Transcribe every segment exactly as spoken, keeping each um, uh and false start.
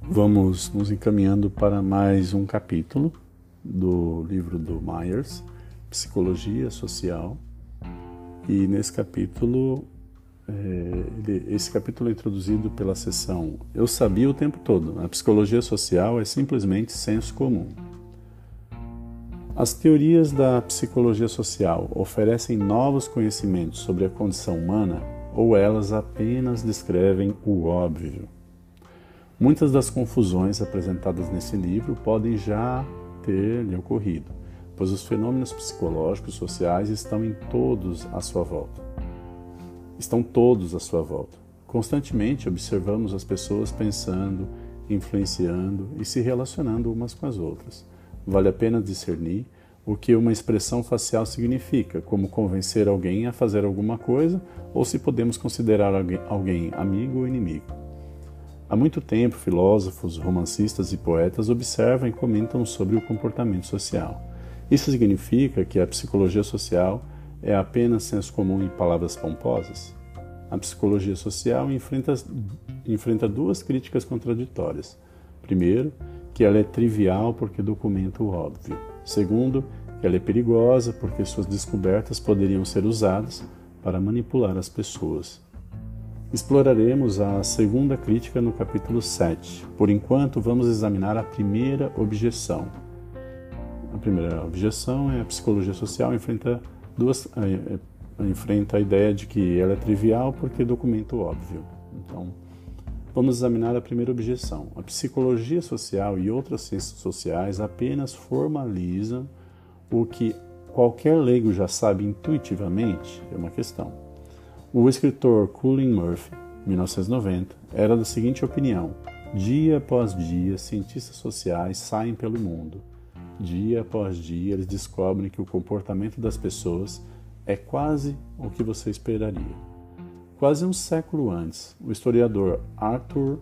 Vamos nos encaminhando para mais um capítulo do livro do Myers, Psicologia Social. E nesse capítulo, é, ele, esse capítulo é introduzido pela seção Eu Sabia o Tempo Todo. A psicologia social é simplesmente senso comum. As teorias da psicologia social oferecem novos conhecimentos sobre a condição humana ou elas apenas descrevem o óbvio? Muitas das confusões apresentadas nesse livro podem já ter lhe ocorrido, pois os fenômenos psicológicos sociais estão em todos à sua volta. Estão todos à sua volta. Constantemente observamos as pessoas pensando, influenciando e se relacionando umas com as outras. Vale a pena discernir o que uma expressão facial significa, como convencer alguém a fazer alguma coisa ou se podemos considerar alguém amigo ou inimigo. Há muito tempo, filósofos, romancistas e poetas observam e comentam sobre o comportamento social. Isso significa que a psicologia social é apenas senso comum em palavras pomposas? A psicologia social enfrenta, enfrenta duas críticas contraditórias. Primeiro, que ela é trivial porque documenta o óbvio. Segundo, que ela é perigosa porque suas descobertas poderiam ser usadas para manipular as pessoas. Exploraremos a segunda crítica no capítulo sete. Por enquanto, vamos examinar a primeira objeção. A primeira objeção é a psicologia social enfrenta, duas, enfrenta a ideia de que ela é trivial porque documenta o óbvio. Então, vamos examinar a primeira objeção. A psicologia social e outras ciências sociais apenas formalizam o que qualquer leigo já sabe intuitivamente? É uma questão. O escritor Colin Murphy, mil novecentos e noventa, era da seguinte opinião: dia após dia, cientistas sociais saem pelo mundo. Dia após dia, eles descobrem que o comportamento das pessoas é quase o que você esperaria. Quase um século antes, o historiador Arthur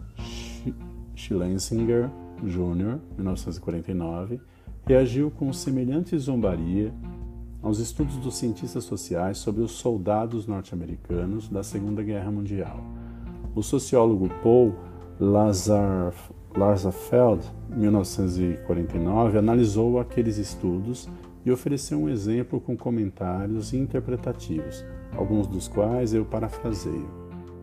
Schlesinger Júnior, mil novecentos e quarenta e nove, reagiu com semelhante zombaria aos estudos dos cientistas sociais sobre os soldados norte-americanos da Segunda Guerra Mundial. O sociólogo Paul Lazarsfeld, mil novecentos e quarenta e nove, analisou aqueles estudos e ofereceu um exemplo com comentários interpretativos, alguns dos quais eu parafraseio.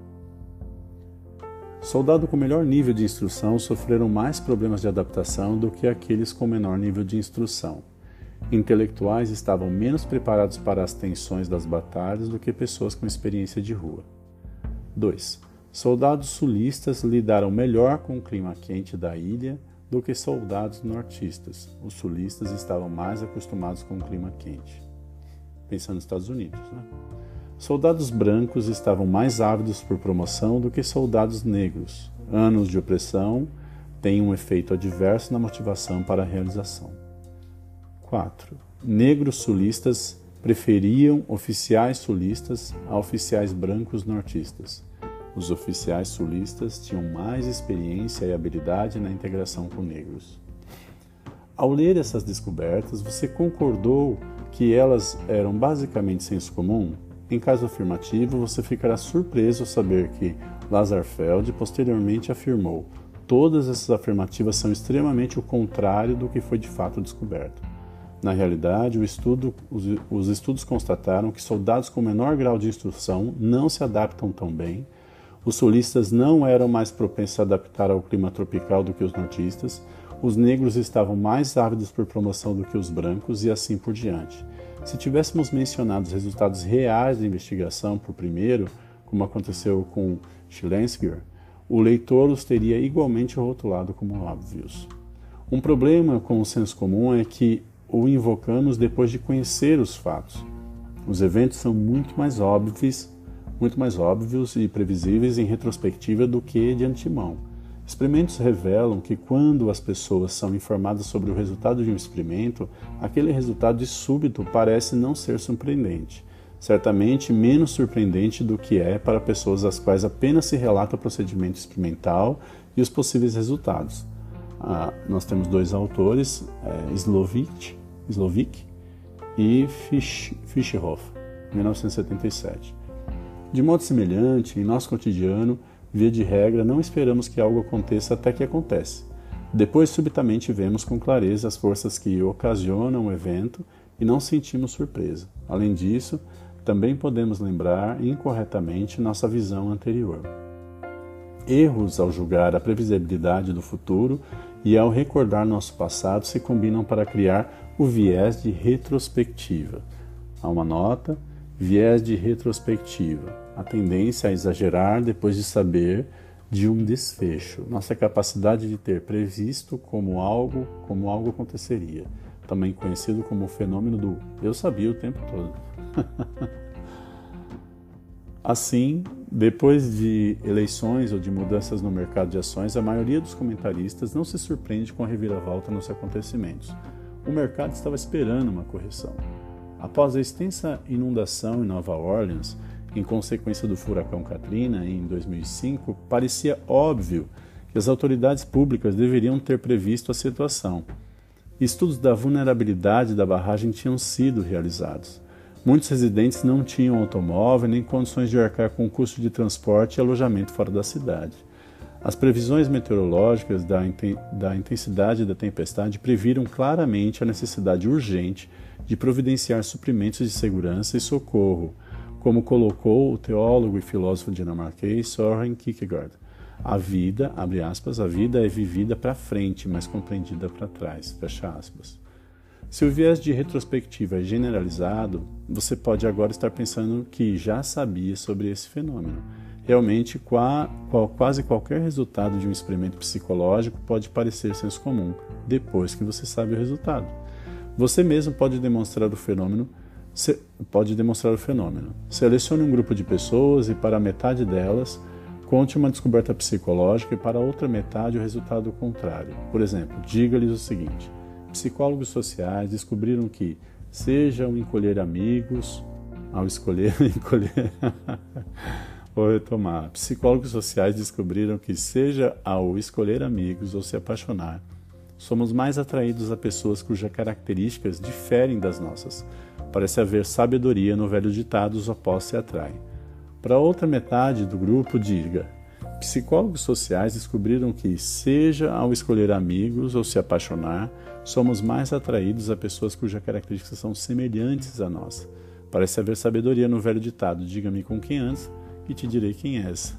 Soldados com melhor nível de instrução sofreram mais problemas de adaptação do que aqueles com menor nível de instrução. Intelectuais estavam menos preparados para as tensões das batalhas do que pessoas com experiência de rua. dois. Soldados sulistas lidaram melhor com o clima quente da ilha do que soldados nortistas. Os sulistas estavam mais acostumados com o clima quente. Pensando nos Estados Unidos, né? Soldados brancos estavam mais ávidos por promoção do que soldados negros. Anos de opressão têm um efeito adverso na motivação para a realização. quatro. Negros sulistas preferiam oficiais sulistas a oficiais brancos nortistas. Os oficiais sulistas tinham mais experiência e habilidade na integração com negros. Ao ler essas descobertas, você concordou que elas eram basicamente senso comum? Em caso afirmativo, você ficará surpreso ao saber que Lazarsfeld posteriormente afirmou: todas essas afirmativas são extremamente o contrário do que foi de fato descoberto. Na realidade, o estudo, os, os estudos constataram que soldados com menor grau de instrução não se adaptam tão bem, os sulistas não eram mais propensos a adaptar ao clima tropical do que os nortistas, os negros estavam mais ávidos por promoção do que os brancos e assim por diante. Se tivéssemos mencionado os resultados reais da investigação por primeiro, como aconteceu com Schlesinger, o leitor os teria igualmente rotulado como óbvios. Um problema com o senso comum é que o invocamos depois de conhecer os fatos. Os eventos são muito mais óbvios, muito mais óbvios e previsíveis em retrospectiva do que de antemão. Experimentos revelam que quando as pessoas são informadas sobre o resultado de um experimento, aquele resultado de súbito parece não ser surpreendente. Certamente menos surpreendente do que é para pessoas às quais apenas se relata o procedimento experimental e os possíveis resultados. Ah, nós temos dois autores, é, Slovic, Slovic e Fisch, Fischerhoff, mil novecentos e setenta e sete. De modo semelhante, em nosso cotidiano, Via de regra, não esperamos que algo aconteça até que acontece. Depois, subitamente, vemos com clareza as forças que ocasionam o evento e não sentimos surpresa. Além disso, também podemos lembrar incorretamente nossa visão anterior. Erros ao julgar a previsibilidade do futuro e ao recordar nosso passado se combinam para criar o viés de retrospectiva. Há uma nota, viés de retrospectiva, a tendência a exagerar depois de saber de um desfecho, nossa capacidade de ter previsto como algo, como algo aconteceria, também conhecido como o fenômeno do eu sabia o tempo todo. Assim, depois de eleições ou de mudanças no mercado de ações, a maioria dos comentaristas não se surpreende com a reviravolta nos acontecimentos. O mercado estava esperando uma correção. Após a extensa inundação em Nova Orleans, em consequência do furacão Katrina, em dois mil e cinco, parecia óbvio que as autoridades públicas deveriam ter previsto a situação. Estudos da vulnerabilidade da barragem tinham sido realizados. Muitos residentes não tinham automóvel nem condições de arcar com o custo de transporte e alojamento fora da cidade. As previsões meteorológicas da, da intensidade da tempestade previram claramente a necessidade urgente de providenciar suprimentos de segurança e socorro, como colocou o teólogo e filósofo dinamarquês Søren Kierkegaard. A vida, abre aspas, a vida é vivida para frente, mas compreendida para trás, fecha aspas. Se o viés de retrospectiva é generalizado, você pode agora estar pensando que já sabia sobre esse fenômeno. Realmente, qua, qual, quase qualquer resultado de um experimento psicológico pode parecer senso comum, depois que você sabe o resultado. Você mesmo pode demonstrar o fenômeno, se, pode demonstrar o fenômeno. Selecione um grupo de pessoas e para metade delas, conte uma descoberta psicológica e para a outra metade o resultado contrário. Por exemplo, diga-lhes o seguinte: psicólogos sociais descobriram que, seja ao encolher amigos, ao escolher encolher, vou retomar. Psicólogos sociais descobriram que, seja ao escolher amigos ou se apaixonar, somos mais atraídos a pessoas cujas características diferem das nossas. Parece haver sabedoria no velho ditado: os opostos se atraem. Para a outra metade do grupo, diga: psicólogos sociais descobriram que, seja ao escolher amigos ou se apaixonar, somos mais atraídos a pessoas cujas características são semelhantes à nossa. Parece haver sabedoria no velho ditado: diga-me com quem andas e te direi quem és.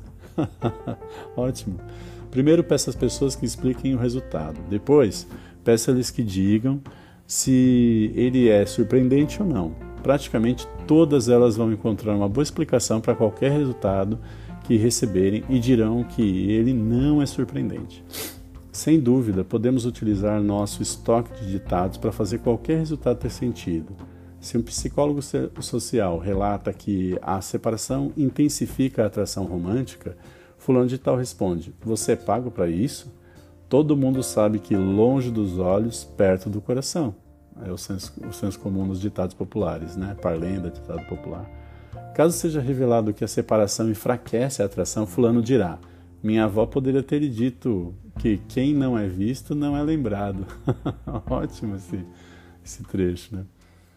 Ótimo. Primeiro, peça às pessoas que expliquem o resultado. Depois, peça-lhes que digam se ele é surpreendente ou não. Praticamente todas elas vão encontrar uma boa explicação para qualquer resultado que receberem e dirão que ele não é surpreendente. Sem dúvida, podemos utilizar nosso estoque de ditados para fazer qualquer resultado ter sentido. Se um psicólogo social relata que a separação intensifica a atração romântica, fulano de tal responde: você é pago para isso? Todo mundo sabe que longe dos olhos, perto do coração. É o senso, o senso comum nos ditados populares, né? Parlenda, ditado popular. Caso seja revelado que a separação enfraquece a atração, fulano dirá: minha avó poderia ter lhe dito que quem não é visto não é lembrado. Ótimo esse, esse trecho, né?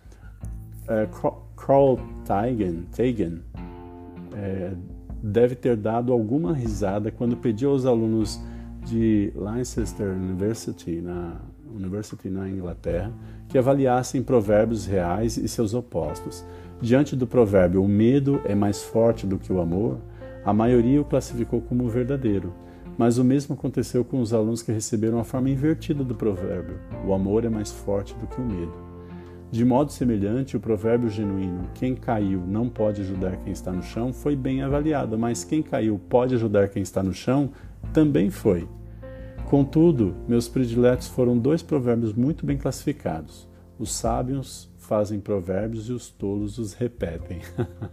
É, Carl Sagan, Sagan é, deve ter dado alguma risada quando pediu aos alunos de Leicester University na, University, na Inglaterra, que avaliassem provérbios reais e seus opostos. Diante do provérbio "o medo é mais forte do que o amor", a maioria o classificou como verdadeiro, mas o mesmo aconteceu com os alunos que receberam a forma invertida do provérbio: "o amor é mais forte do que o medo". De modo semelhante, o provérbio genuíno "quem caiu não pode ajudar quem está no chão" foi bem avaliado, mas "quem caiu pode ajudar quem está no chão" também foi. Contudo, meus prediletos foram dois provérbios muito bem classificados: os sábios fazem provérbios e os tolos os repetem.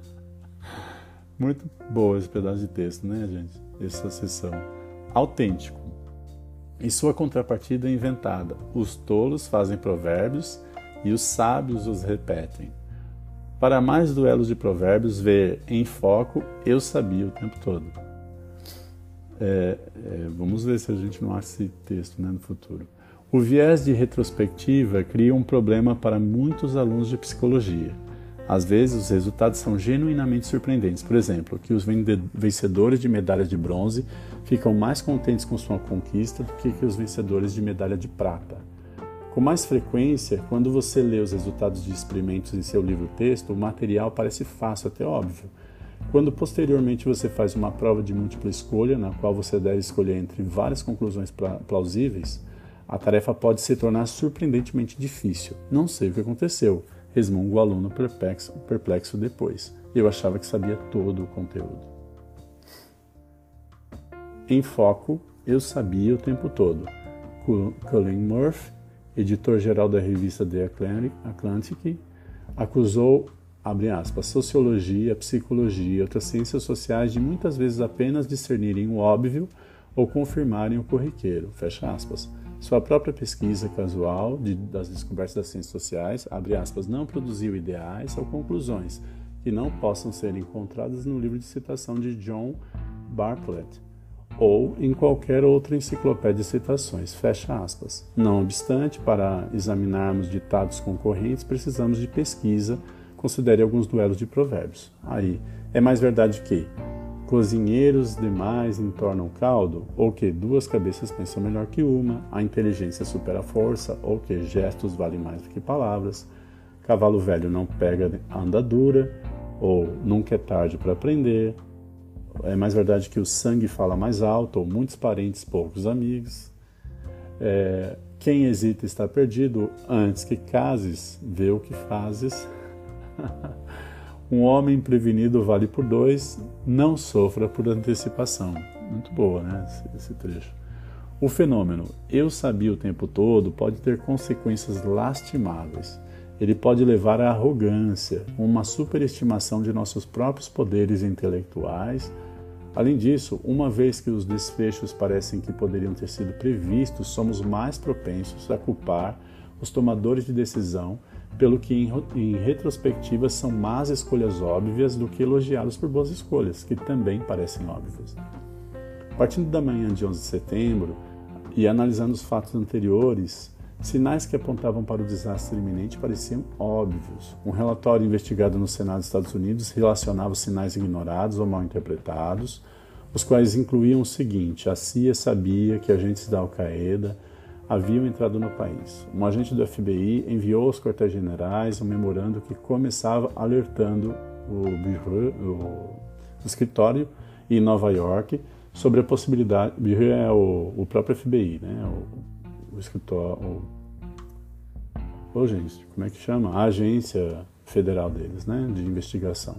Muito boa esse pedaço de texto, né, gente? Essa sessão. Autêntico. E sua contrapartida inventada: os tolos fazem provérbios e os sábios os repetem. Para mais duelos de provérbios, ver em foco "eu sabia o tempo todo". É, é, vamos ver se a gente não acha esse texto, né, no futuro. O viés de retrospectiva cria um problema para muitos alunos de psicologia. Às vezes, os resultados são genuinamente surpreendentes. Por exemplo, que os vencedores de medalha de bronze ficam mais contentes com sua conquista do que os vencedores de medalha de prata. Com mais frequência, quando você lê os resultados de experimentos em seu livro-texto, o material parece fácil, até óbvio. Quando posteriormente você faz uma prova de múltipla escolha, na qual você deve escolher entre várias conclusões plausíveis, a tarefa pode se tornar surpreendentemente difícil. Não sei o que aconteceu, resmunga o aluno perplexo, perplexo depois. Eu achava que sabia todo o conteúdo. Em foco, eu sabia o tempo todo. Colin Murphy, editor-geral da revista The Atlantic, acusou, abre aspas, sociologia, psicologia e outras ciências sociais de muitas vezes apenas discernirem o óbvio ou confirmarem o corriqueiro, fecha aspas. Sua própria pesquisa casual de, das descobertas das ciências sociais, abre aspas, não produziu ideais ou conclusões que não possam ser encontradas no livro de citação de John Bartlett ou em qualquer outra enciclopédia de citações, fecha aspas. Não obstante, para examinarmos ditados concorrentes, precisamos de pesquisa. Considere alguns duelos de provérbios. Aí, é mais verdade que cozinheiros demais entornam o caldo, ou que duas cabeças pensam melhor que uma, a inteligência supera a força, ou que gestos valem mais do que palavras, cavalo velho não pega a andadura, ou nunca é tarde para aprender, é mais verdade que o sangue fala mais alto, ou muitos parentes, poucos amigos, é, quem hesita está perdido, antes que cases, vê o que fazes. Um homem prevenido vale por dois, não sofra por antecipação. Muito boa, né, esse, esse trecho. O fenômeno eu sabia o tempo todo pode ter consequências lastimáveis. Ele pode levar à arrogância, uma superestimação de nossos próprios poderes intelectuais. Além disso, uma vez que os desfechos parecem que poderiam ter sido previstos, somos mais propensos a culpar os tomadores de decisão pelo que em, em retrospectiva são más escolhas óbvias do que elogiá-los por boas escolhas, que também parecem óbvias. Partindo da manhã de onze de setembro e analisando os fatos anteriores, sinais que apontavam para o desastre iminente pareciam óbvios. Um relatório investigado no Senado dos Estados Unidos relacionava os sinais ignorados ou mal interpretados, os quais incluíam o seguinte: a C I A sabia que agentes da Al-Qaeda haviam entrado no país. Um agente do F B I enviou aos quartéis-generais um memorando que começava alertando o, bureau, o, o escritório em Nova York sobre a possibilidade... O bureau é o, o próprio F B I, né? O, o escritório... Ô, gente, como é que chama? A agência federal deles, né? De investigação.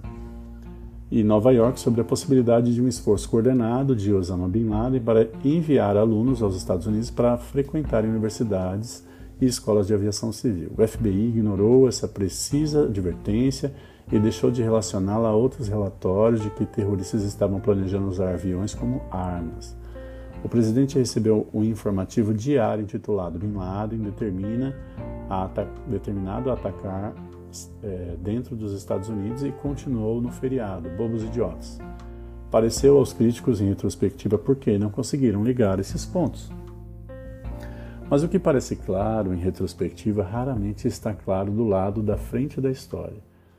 E Nova York sobre a possibilidade de um esforço coordenado de Osama Bin Laden para enviar alunos aos Estados Unidos para frequentarem universidades e escolas de aviação civil. O F B I ignorou essa precisa advertência e deixou de relacioná-la a outros relatórios de que terroristas estavam planejando usar aviões como armas. O presidente recebeu um informativo diário intitulado Bin Laden determina a determinado a atacar É, dentro dos Estados Unidos e continuou no feriado, bobos idiotas. Pareceu aos críticos em retrospectiva porque não conseguiram ligar esses pontos. Mas o que parece claro em retrospectiva raramente está claro do lado da frente da história.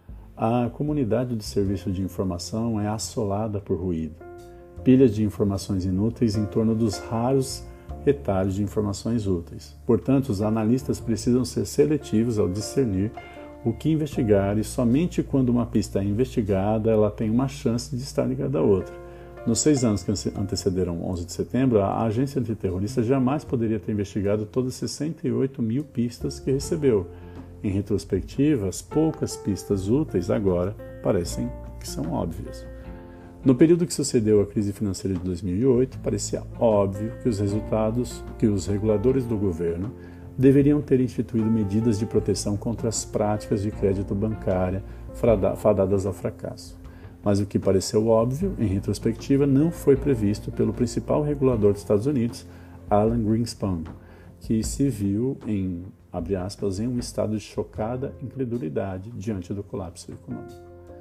A comunidade de serviço de informação é assolada por ruído, pilhas de informações inúteis em torno dos raros retalhos de informações úteis. Portanto, os analistas precisam ser seletivos ao discernir o que investigar e somente quando uma pista é investigada ela tem uma chance de estar ligada à outra. Nos seis anos que antecederam onze de setembro, a agência antiterrorista jamais poderia ter investigado todas as sessenta e oito mil pistas que recebeu. Em retrospectiva, as poucas pistas úteis agora parecem que são óbvias. No período que sucedeu à crise financeira de dois mil e oito, parecia óbvio que os resultados, que os reguladores do governo deveriam ter instituído medidas de proteção contra as práticas de crédito bancária fadadas ao fracasso. Mas o que pareceu óbvio, em retrospectiva, não foi previsto pelo principal regulador dos Estados Unidos, Alan Greenspan, que se viu em, abre aspas, em um estado de chocada incredulidade diante do colapso econômico.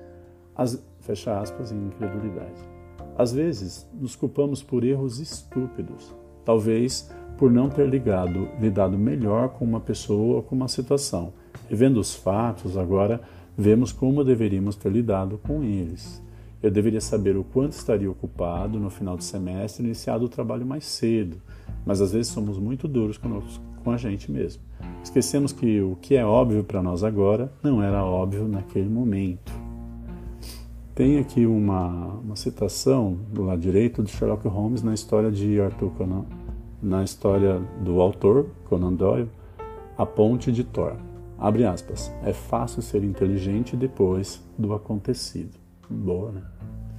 As, fecha aspas, em incredulidade. Às vezes, nos culpamos por erros estúpidos, talvez por não ter ligado, lidado melhor com uma pessoa ou com uma situação. Revendo os fatos, agora vemos como deveríamos ter lidado com eles. Eu deveria saber o quanto estaria ocupado no final do semestre e iniciado o trabalho mais cedo, mas às vezes somos muito duros conosco, com a gente mesmo. Esquecemos que o que é óbvio para nós agora não era óbvio naquele momento. Tem aqui uma, uma citação do lado direito de Sherlock Holmes na história de Arthur Conan, na história do autor Conan Doyle, A Ponte de Thor. Abre aspas. É fácil ser inteligente depois do acontecido. Boa, né?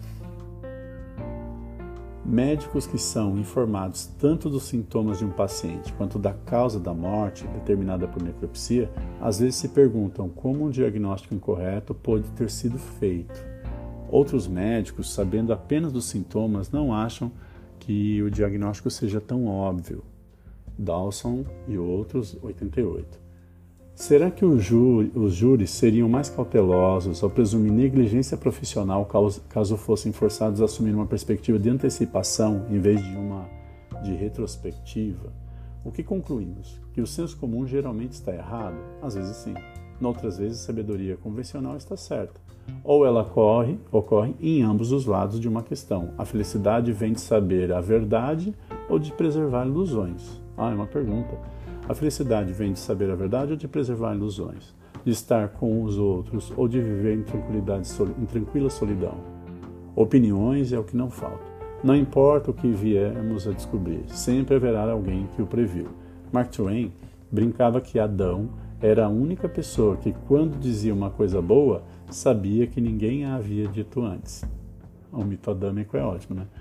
Médicos que são informados tanto dos sintomas de um paciente quanto da causa da morte, determinada por necropsia, às vezes se perguntam como um diagnóstico incorreto pode ter sido feito. Outros médicos, sabendo apenas dos sintomas, não acham que o diagnóstico seja tão óbvio. Dawson e outros, oitenta e oito. Será que os júris seriam mais cautelosos ao presumir negligência profissional caso fossem forçados a assumir uma perspectiva de antecipação em vez de uma de retrospectiva? O que concluímos? Que o senso comum geralmente está errado? Às vezes sim. Noutras vezes a sabedoria convencional está certa. Ou ela ocorre, ocorre em ambos os lados de uma questão. A felicidade vem de saber a verdade ou de preservar ilusões? Ah, é uma pergunta. A felicidade vem de saber a verdade ou de preservar ilusões? De estar com os outros ou de viver em, tranquilidade, em tranquila solidão? Opiniões é o que não falta. Não importa o que viermos a descobrir, sempre haverá alguém que o previu. Mark Twain brincava que Adão era a única pessoa que, quando dizia uma coisa boa, sabia que ninguém a havia dito antes. O mito adâmico é ótimo, né?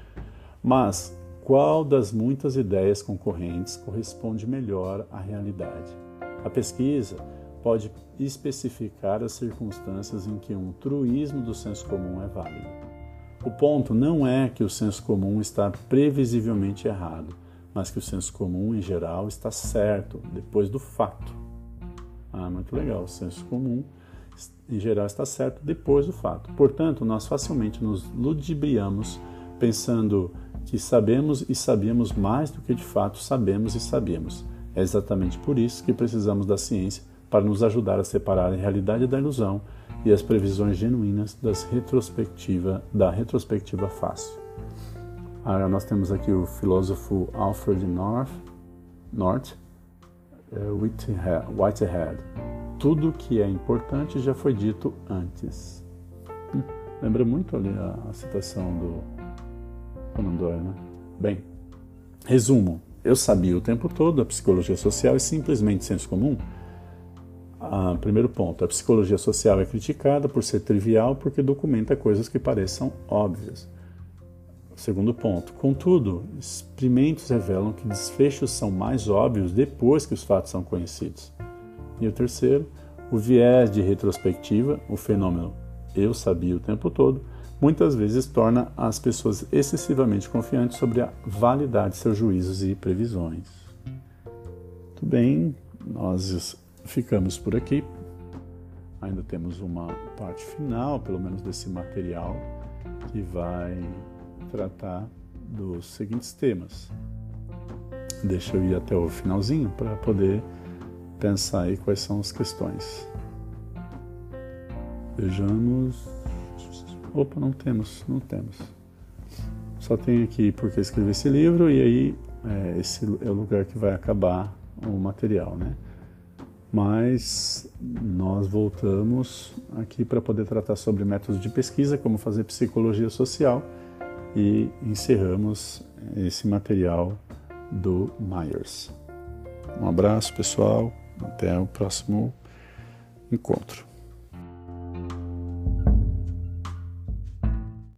Mas qual das muitas ideias concorrentes corresponde melhor à realidade? A pesquisa pode especificar as circunstâncias em que um truísmo do senso comum é válido. O ponto não é que o senso comum está previsivelmente errado, mas que o senso comum, em geral, está certo depois do fato. Ah, muito legal. O senso comum, em geral, está certo depois do fato. Portanto, nós facilmente nos ludibriamos pensando que sabemos e sabíamos mais do que de fato sabemos e sabemos. É exatamente por isso que precisamos da ciência para nos ajudar a separar a realidade da ilusão e as previsões genuínas das retrospectiva, da retrospectiva fácil. Ah, nós temos aqui o filósofo Alfred North, North uh, Whitehead, Whitehead. Tudo que é importante já foi dito antes. Hum, lembra muito ali a, a citação do Conan Doyle, né? Bem, resumo. Eu sabia o tempo todo, a psicologia social é simplesmente senso comum. Ah, primeiro ponto, a psicologia social é criticada por ser trivial porque documenta coisas que pareçam óbvias. Segundo ponto, contudo, experimentos revelam que desfechos são mais óbvios depois que os fatos são conhecidos. E o terceiro, o viés de retrospectiva, o fenômeno eu sabia o tempo todo, muitas vezes torna as pessoas excessivamente confiantes sobre a validade de seus juízos e previsões. Muito bem, nós ficamos por aqui. Ainda temos uma parte final, pelo menos desse material, que vai tratar dos seguintes temas. Deixa eu ir até o finalzinho para poder pensar aí quais são as questões. Vejamos... Opa, não temos, não temos. Só tem aqui porque eu escrevi esse livro e aí é, esse é o lugar que vai acabar o material, né? Mas nós voltamos aqui para poder tratar sobre métodos de pesquisa, como fazer psicologia social, e encerramos esse material do Myers. Um abraço, pessoal. Até o próximo encontro.